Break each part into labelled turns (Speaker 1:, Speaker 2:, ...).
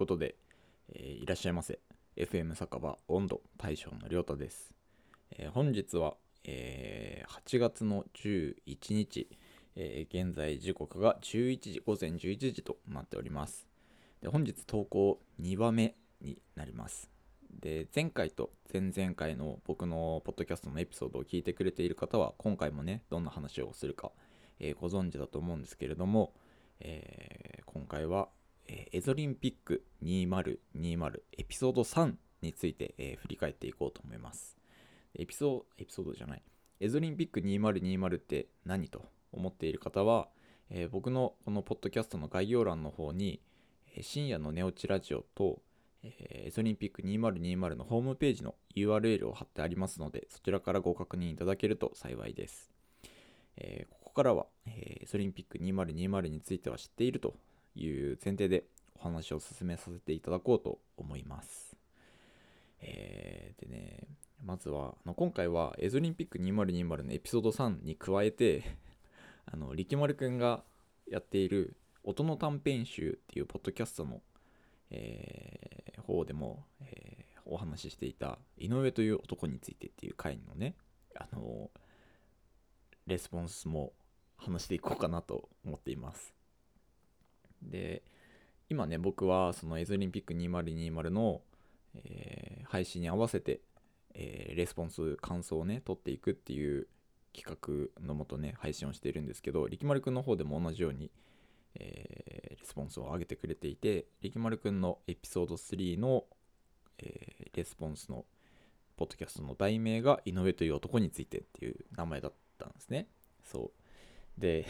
Speaker 1: ことで、いらっしゃいませ。FM 酒場温度大将のりょうたです。本日は、8月の11日、現在時刻が午前11時となっております。で、本日投稿2話目になります。で、前回と前々回の僕のポッドキャストのエピソードを聞いてくれている方は、今回もね、どんな話をするか、ご存知だと思うんですけれども、今回は、エゾリンピック2020エピソード3について、振り返っていこうと思います。エピソードじゃない。エゾリンピック2020って何と思っている方は、僕のこのポッドキャストの概要欄の方に、深夜の寝落ちラジオと、エゾリンピック2020のホームページの URL を貼ってありますので、そちらからご確認いただけると幸いです。ここからは、エゾリンピック2020については知っているという前提でお話を進めさせていただこうと思います。でね、まずは今回はエゾリンピック2020のエピソード3に加えて力丸くんがやっている音の短編集っていうポッドキャストの、方でも、お話ししていた井上という男についてっていう回のねレスポンスも話していこうかなと思っています。で、今ね、僕はそのエゾリンピック2020の、配信に合わせて、レスポンス、感想をね、取っていくっていう企画のもとね、配信をしているんですけど、力丸くんの方でも同じように、レスポンスを上げてくれていて、力丸くんのエピソード3の、レスポンスのポッドキャストの題名が井上という男についてっていう名前だったんですね。そうで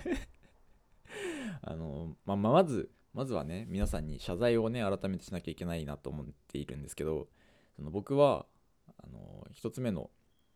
Speaker 1: まずはね、皆さんに謝罪をね、改めてしなきゃいけないなと思っているんですけど、僕は、一つ目の、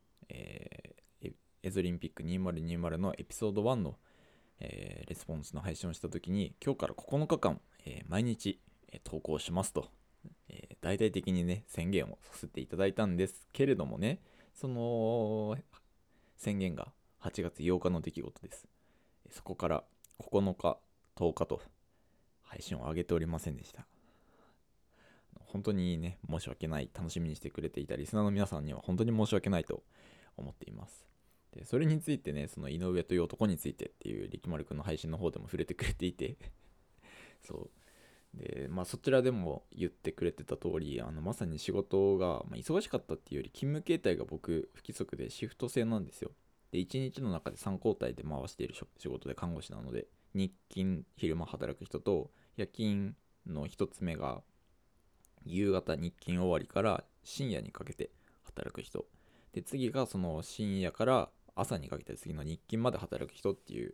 Speaker 1: エゾリンピック2020のエピソード1の、レスポンスの配信をしたときに、今日から9日間、毎日、投稿しますと、大々的にね、宣言をさせていただいたんですけれどもね、その宣言が8月8日の出来事です。そこから9日、10日と配信を上げておりませんでした。本当にね、申し訳ない、楽しみにしてくれていたリスナーの皆さんには本当に申し訳ないと思っています。で、それについてね、その井上という男についてっていう力丸くんの配信の方でも触れてくれていてそうで、そちらでも言ってくれてた通り、まさに仕事が、忙しかったっていうより勤務形態が僕不規則でシフト制なんですよ。で、1日の中で3交代で回している仕事で看護師なので、日勤昼間働く人と夜勤の1つ目が夕方日勤終わりから深夜にかけて働く人で、次がその深夜から朝にかけて次の日勤まで働く人っていう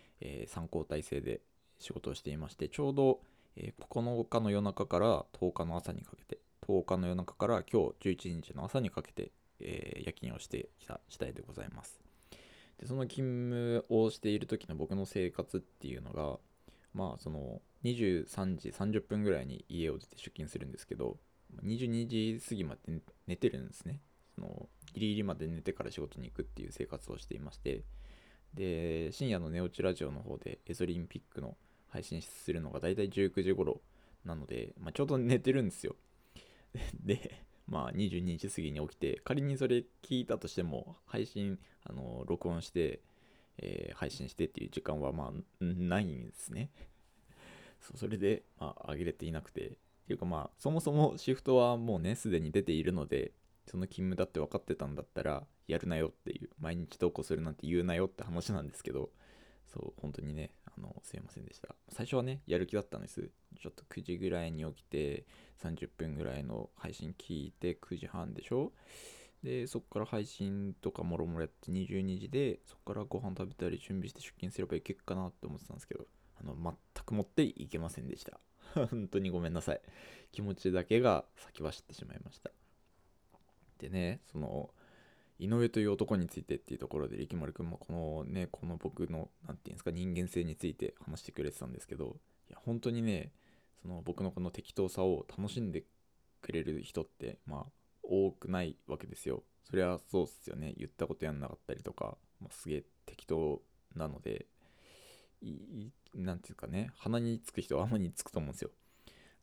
Speaker 1: 、3交代制で仕事をしていまして、ちょうど、9日の夜中から10日の朝にかけて、10日の夜中から今日11日の朝にかけて、夜勤をしてきた次第でございます。で、その勤務をしている時の僕の生活っていうのが、その23時30分ぐらいに家を出て出勤するんですけど、22時過ぎまで寝てるんですね。ギリギリまで寝てから仕事に行くっていう生活をしていまして、で、深夜の寝落ちラジオの方でエゾリンピックの配信するのがだいたい19時頃なので、ちょうど寝てるんですよ。で、22時過ぎに起きて、仮にそれ聞いたとしても、配信、録音して、配信してっていう時間はないんですね。それで、上げれていなくて。っていうかそもそもシフトはもうね、すでに出ているので、その勤務だって分かってたんだったら、やるなよっていう、毎日投稿するなんて言うなよって話なんですけど、本当にね、すいませんでした。最初はね、やる気だったんです。ちょっと9時ぐらいに起きて、30分ぐらいの配信聞いて、9時半でしょ。で、そこから配信とかもろもろやって22時で、そこからご飯食べたり準備して出勤すればいけっかなって思ってたんですけど、全くもっていけませんでした。本当にごめんなさい。気持ちだけが先走ってしまいました。でね、井上という男についてっていうところで力丸くんもこの僕のなんていうんですか、人間性について話してくれてたんですけど、いや本当にね、僕のこの適当さを楽しんでくれる人って多くないわけですよ。そりゃそうっすよね。言ったことやんなかったりとか、すげえ適当なので、なんていうかね、鼻につく人は鼻につくと思うんですよ。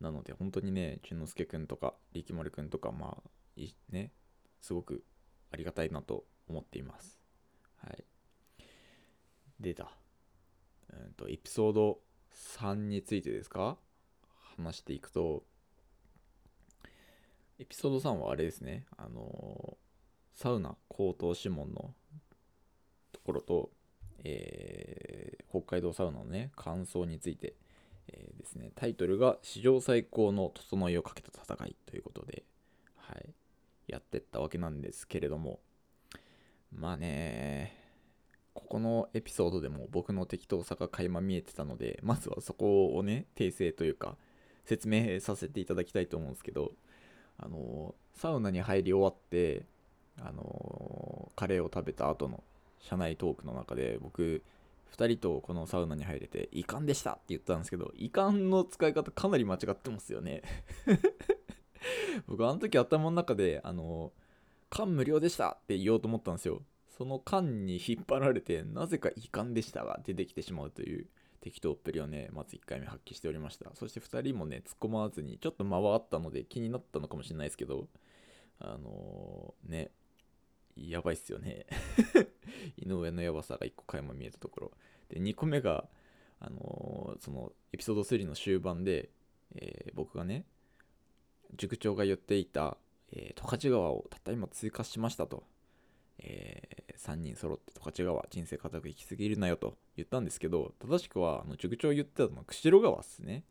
Speaker 1: なので本当にね、淳之介くんとか力丸くんとか、ね、すごくありがたいなと思っています。はい。でだ、エピソード3についてですか、話していくと、エピソード3はあれですね、サウナ高等諮問のところと、北海道サウナのね、感想について、ですね、タイトルが史上最高の整いをかけた戦いということで、はい、やってったわけなんですけれども、まあね、ここのエピソードでも僕の適当さが垣間見えてたので、まずはそこをね、訂正というか、説明させていただきたいと思うんですけど、サウナに入り終わって、カレーを食べた後の社内トークの中で、僕、2人とこのサウナに入れて、遺憾でしたって言ったんですけど、遺憾の使い方かなり間違ってますよね。僕、あの時頭の中で、缶無料でしたって言おうと思ったんですよ。その缶に引っ張られて、なぜか遺憾でしたが出てきてしまうという適当っぷりをね、まず1回目発揮しておりました。そして2人もね、突っ込まずに、ちょっと間はあったので気になったのかもしれないですけど、ね、やばいっすよね。井上のやばさが1個垣間見えたところ。で、2個目が、そのエピソード3の終盤で、僕がね、塾長が言っていた、十勝川をたった今追加しましたと。3人揃って十勝川人生固く行き過ぎるなよと言ったんですけど、正しくは塾長言ってたのは釧路川っすね。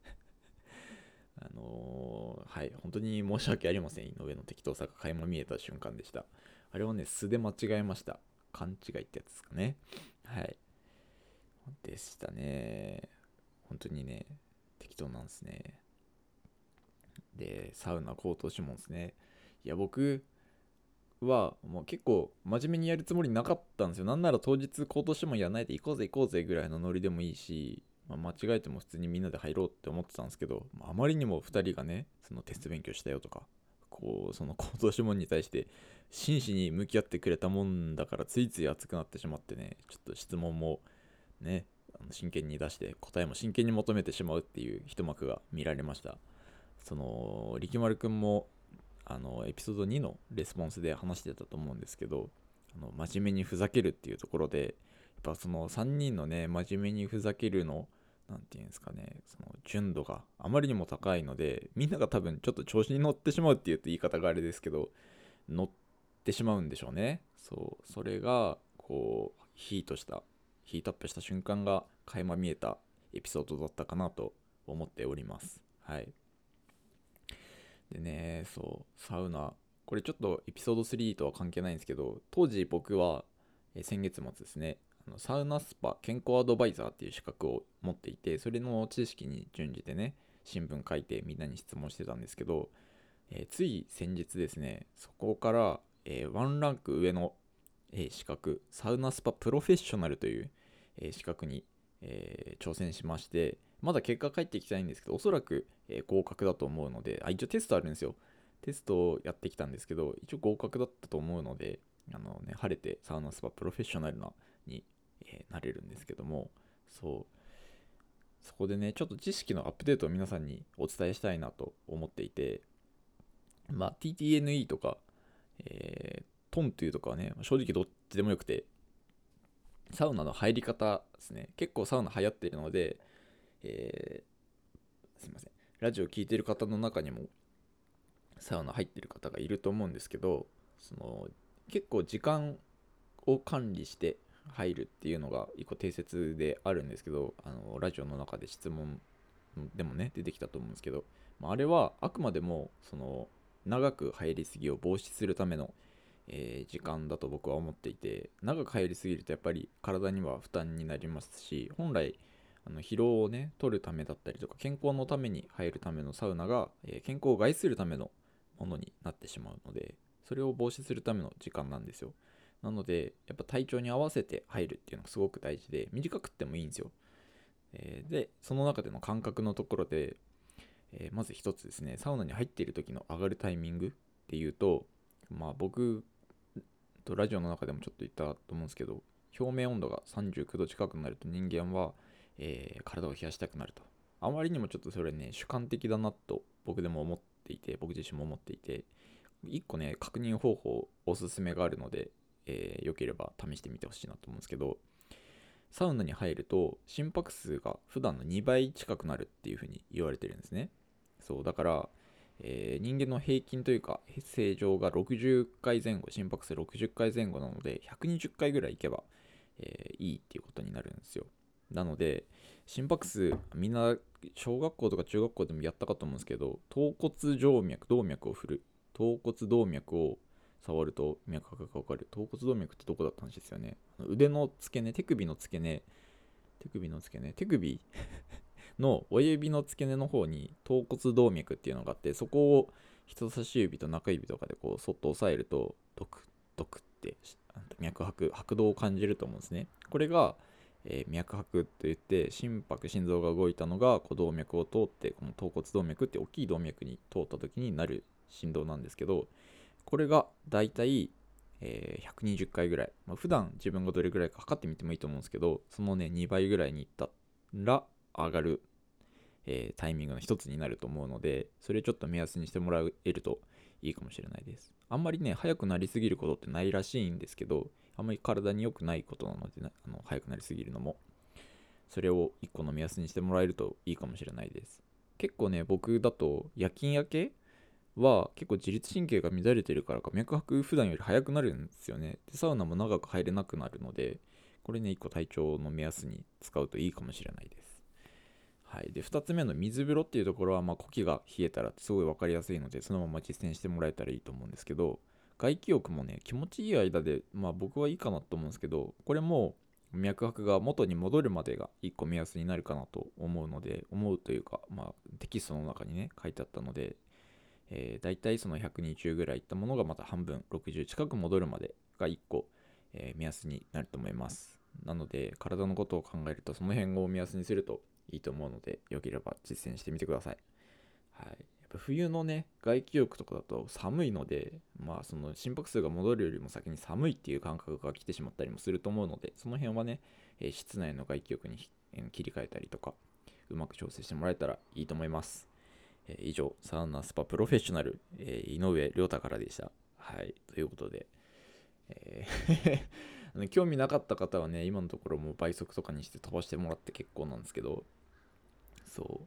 Speaker 1: はい、本当に申し訳ありません。井上の適当さが垣間見えた瞬間でした。あれはね、素で間違えました。勘違いってやつですかね。はい。でしたね。本当にね、適当なんですね。で、サウナ高等諮問ですね。いや、僕はもう結構真面目にやるつもりなかったんですよ。なんなら当日高等諮問やらないで行こうぜ行こうぜぐらいのノリでもいいし、間違えても普通にみんなで入ろうって思ってたんですけど、あまりにも2人がね、そのテスト勉強したよとか、その高等諮問に対して真摯に向き合ってくれたもんだから、ついつい熱くなってしまってね、ちょっと質問もね、真剣に出して答えも真剣に求めてしまうっていう一幕が見られました。その力丸くんもエピソード2のレスポンスで話してたと思うんですけど、真面目にふざけるっていうところで、やっぱその3人のね、真面目にふざけるの、なんていうんですかね、その純度があまりにも高いので、みんなが多分ちょっと調子に乗ってしまうっていうと言い方があれですけど、乗ってしまうんでしょうね。そう、それがヒートアップした瞬間が垣間見えたエピソードだったかなと思っております。はい。でね、そう、サウナ、これちょっとエピソード3とは関係ないんですけど、当時僕は、先月末ですね、サウナスパ健康アドバイザーっていう資格を持っていて、それの知識に準じてね、新聞書いてみんなに質問してたんですけど、つい先日ですね、そこから、ワンランク上の、資格、サウナスパプロフェッショナルという、資格に、挑戦しまして、まだ結果返ってきてないんですけど、おそらく、合格だと思うので、一応テストあるんですよ。テストをやってきたんですけど、一応合格だったと思うので、晴れてサウナスパプロフェッショナルに、なれるんですけども、そう、そこでね、ちょっと知識のアップデートを皆さんにお伝えしたいなと思っていて、TTNE とか、トントゥとかはね、正直どっちでもよくて、サウナの入り方ですね。結構サウナ流行っているので、すいません。ラジオ聞いてる方の中にもサウナ入ってる方がいると思うんですけど、結構時間を管理して入るっていうのが一個定説であるんですけど、ラジオの中で質問でもね出てきたと思うんですけど、あれはあくまでも長く入りすぎを防止するための、時間だと僕は思っていて、長く入りすぎるとやっぱり体には負担になりますし、本来疲労をね取るためだったりとか健康のために入るためのサウナが、健康を害するためのものになってしまうので、それを防止するための時間なんですよ。なのでやっぱ体調に合わせて入るっていうのがすごく大事で、短くってもいいんですよ。でその中での感覚のところで、まず一つですね、サウナに入っている時の上がるタイミングっていうと、僕とラジオの中でもちょっと言ったと思うんですけど、表面温度が39度近くになると人間は、体を冷やしたくなると。 あまりにもちょっとそれね主観的だなと僕自身も思っていて、一個ね確認方法おすすめがあるので、よければ試してみてほしいなと思うんですけど、サウナに入ると心拍数が普段の2倍近くなるっていう風に言われてるんですね。そうだから、人間の平均というか正常が60回前後、心拍数60回前後なので120回ぐらいいけば、いいっていうことになるんですよ。なので心拍数、みんな小学校とか中学校でもやったかと思うんですけど、頭骨静脈、動脈を振る、頭骨動脈を触ると脈拍が分かる。頭骨動脈ってどこだった話ですよね。腕の付け根、手首の付け根、手首の親指の付け根の方に頭骨動脈っていうのがあって、そこを人差し指と中指とかでこうそっと押さえるとドクドクって拍動を感じると思うんですね。これが、脈拍といって、心臓が動いたのがこう動脈を通って、この頭骨動脈って大きい動脈に通った時になる振動なんですけど、これがだいたい120回ぐらい、普段自分がどれぐらいか測ってみてもいいと思うんですけど、そのね2倍ぐらいにいったら上がる、タイミングの一つになると思うので、それちょっと目安にしてもらえるといいかもしれないです。あんまりね速くなりすぎることってないらしいんですけど、あんまり体に良くないことなので、速くなりすぎるのも、それを一個の目安にしてもらえるといいかもしれないです。結構ね、僕だと夜勤明けは結構自律神経が乱れてるからか脈拍普段より速くなるんですよね。でサウナも長く入れなくなるので、これね一個体調の目安に使うといいかもしれないです。はい。で2つ目の水風呂っていうところは、呼気が冷えたらすごい分かりやすいので、そのまま実践してもらえたらいいと思うんですけど、外気浴もね気持ちいい間で、僕はいいかなと思うんですけど、これも脈拍が元に戻るまでが1個目安になるかなと思うので、思うというか、テキストの中にね書いてあったので、だいたいその120ぐらいいったものがまた半分60近く戻るまでが1個、目安になると思います。なので体のことを考えるとその辺を目安にするといいと思うので、よければ実践してみてください。はい、やっぱ冬のね外気浴とかだと寒いので、その心拍数が戻るよりも先に寒いっていう感覚が来てしまったりもすると思うので、その辺はね、室内の外気浴に切り替えたりとかうまく調整してもらえたらいいと思います。以上、サウナスパプロフェッショナル、井上亮太からでした。はい、ということで、興味なかった方はね、今のところもう倍速とかにして飛ばしてもらって結構なんですけど、そう、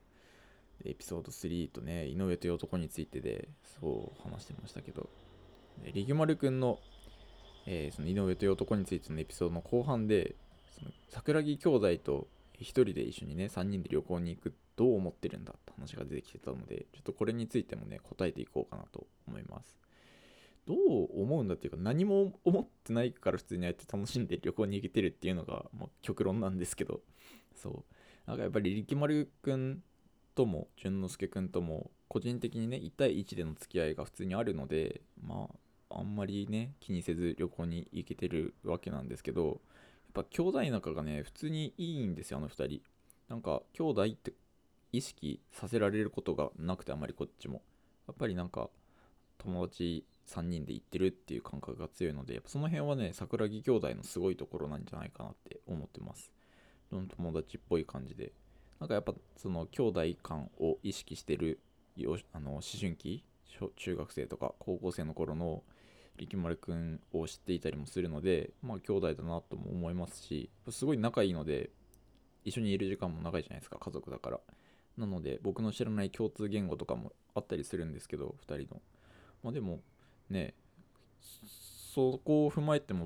Speaker 1: エピソード3とね、井上という男についてで、そう話してましたけど、リギュマルくんの、その井上という男についてのエピソードの後半で、その桜木兄弟と一人で一緒にね、3人で旅行に行く、どう思ってるんだって話が出てきてたので、ちょっとこれについてもね、答えていこうかなと思います。どう思うんだっていうか、何も思ってないから普通にやって楽しんで旅行に行けてるっていうのが、極論なんですけど、そう。なんかやっぱり力丸くんとも、淳之介くんとも、個人的にね、1対1での付き合いが普通にあるので、あんまりね、気にせず旅行に行けてるわけなんですけど、やっぱ兄弟仲がね、普通にいいんですよ、あの2人。なんか、兄弟って意識させられることがなくて、あまりこっちも。やっぱりなんか、友達3人で行ってるっていう感覚が強いので、やっぱその辺はね、桜木兄弟のすごいところなんじゃないかなって思ってます。友達っぽい感じで。なんかやっぱその兄弟感を意識してる思春期、中学生とか高校生の頃の力丸くんを知っていたりもするので、兄弟だなとも思いますし、すごい仲いいので、一緒にいる時間も長いじゃないですか、家族だから。なので僕の知らない共通言語とかもあったりするんですけど、2人の。でもね、そこを踏まえても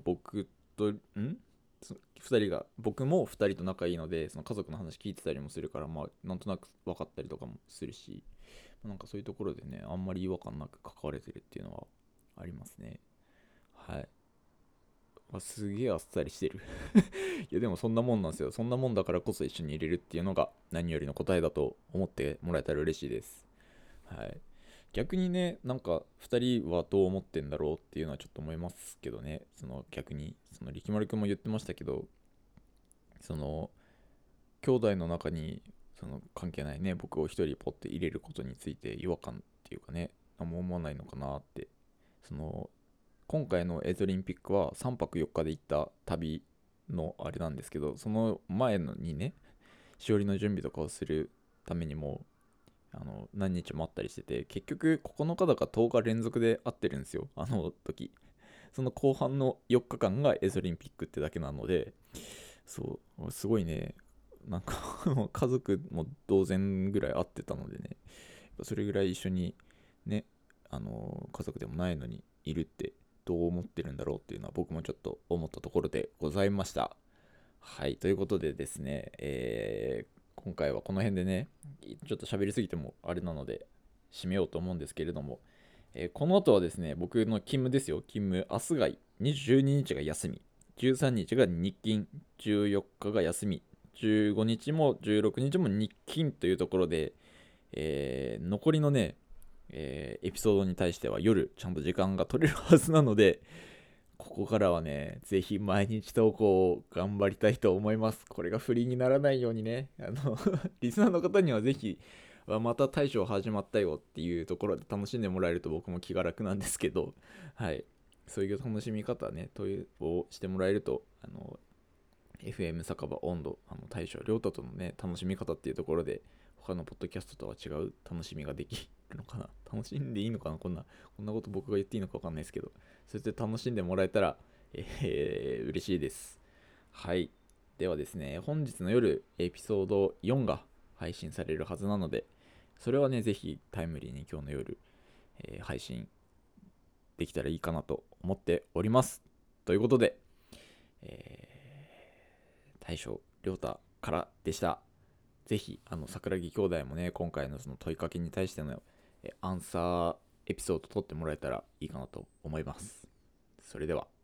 Speaker 1: 2人が、僕も2人と仲いいので、その家族の話聞いてたりもするから、なんとなく分かったりとかもするし、なんかそういうところでね、あんまり違和感なく関われてるっていうのはありますね。はい。すげえあっさりしてる。いやでもそんなもんなんですよ。そんなもんだからこそ一緒に入れるっていうのが何よりの答えだと思ってもらえたら嬉しいです。はい。逆にね、なんか2人はどう思ってんだろうっていうのはちょっと思いますけどね。その逆に、その力丸くんも言ってましたけど、その兄弟の中にその関係ないね、僕を一人ポッて入れることについて違和感っていうかね、何も思わないのかなって。その今回のエイトリンピックは3泊4日で行った旅のあれなんですけど、その前のにね、しおりの準備とかをするためにも何日もあったりしてて、結局9日だか10日連続で会ってるんですよ、あの時。その後半の4日間がエゾリンピックってだけなので、そうすごいね、なんか家族も同然ぐらい会ってたのでね、それぐらい一緒にね、家族でもないのにいるってどう思ってるんだろうっていうのは僕もちょっと思ったところでございました。はい、ということでですね、今回はこの辺でね、ちょっと喋りすぎてもあれなので締めようと思うんですけれども、この後はですね、僕の勤務ですよ、勤務。明日が12日が休み、13日が日勤、14日が休み、15日も16日も日勤というところで、残りのね、エピソードに対しては夜ちゃんと時間が取れるはずなので、ここからはね、ぜひ毎日投稿を頑張りたいと思います。これがフリーにならないようにね、リスナーの方にはぜひ、また大賞始まったよっていうところで楽しんでもらえると僕も気が楽なんですけど、はい。そういう楽しみ方ね、をしてもらえると、FM 酒場温度、大将亮太とのね、楽しみ方っていうところで、他のポッドキャストとは違う楽しみができるのかな。楽しんでいいのかな、こんなこと僕が言っていいのか分かんないですけど、そうやって楽しんでもらえたら、嬉しいです。はい。ではですね、本日の夜、エピソード4が配信されるはずなので、それはね、ぜひタイムリーに今日の夜、配信できたらいいかなと思っております。ということで、大将亮太からでした。ぜひ桜木兄弟もね、今回のその問いかけに対してのアンサーエピソード撮ってもらえたらいいかなと思います。それでは。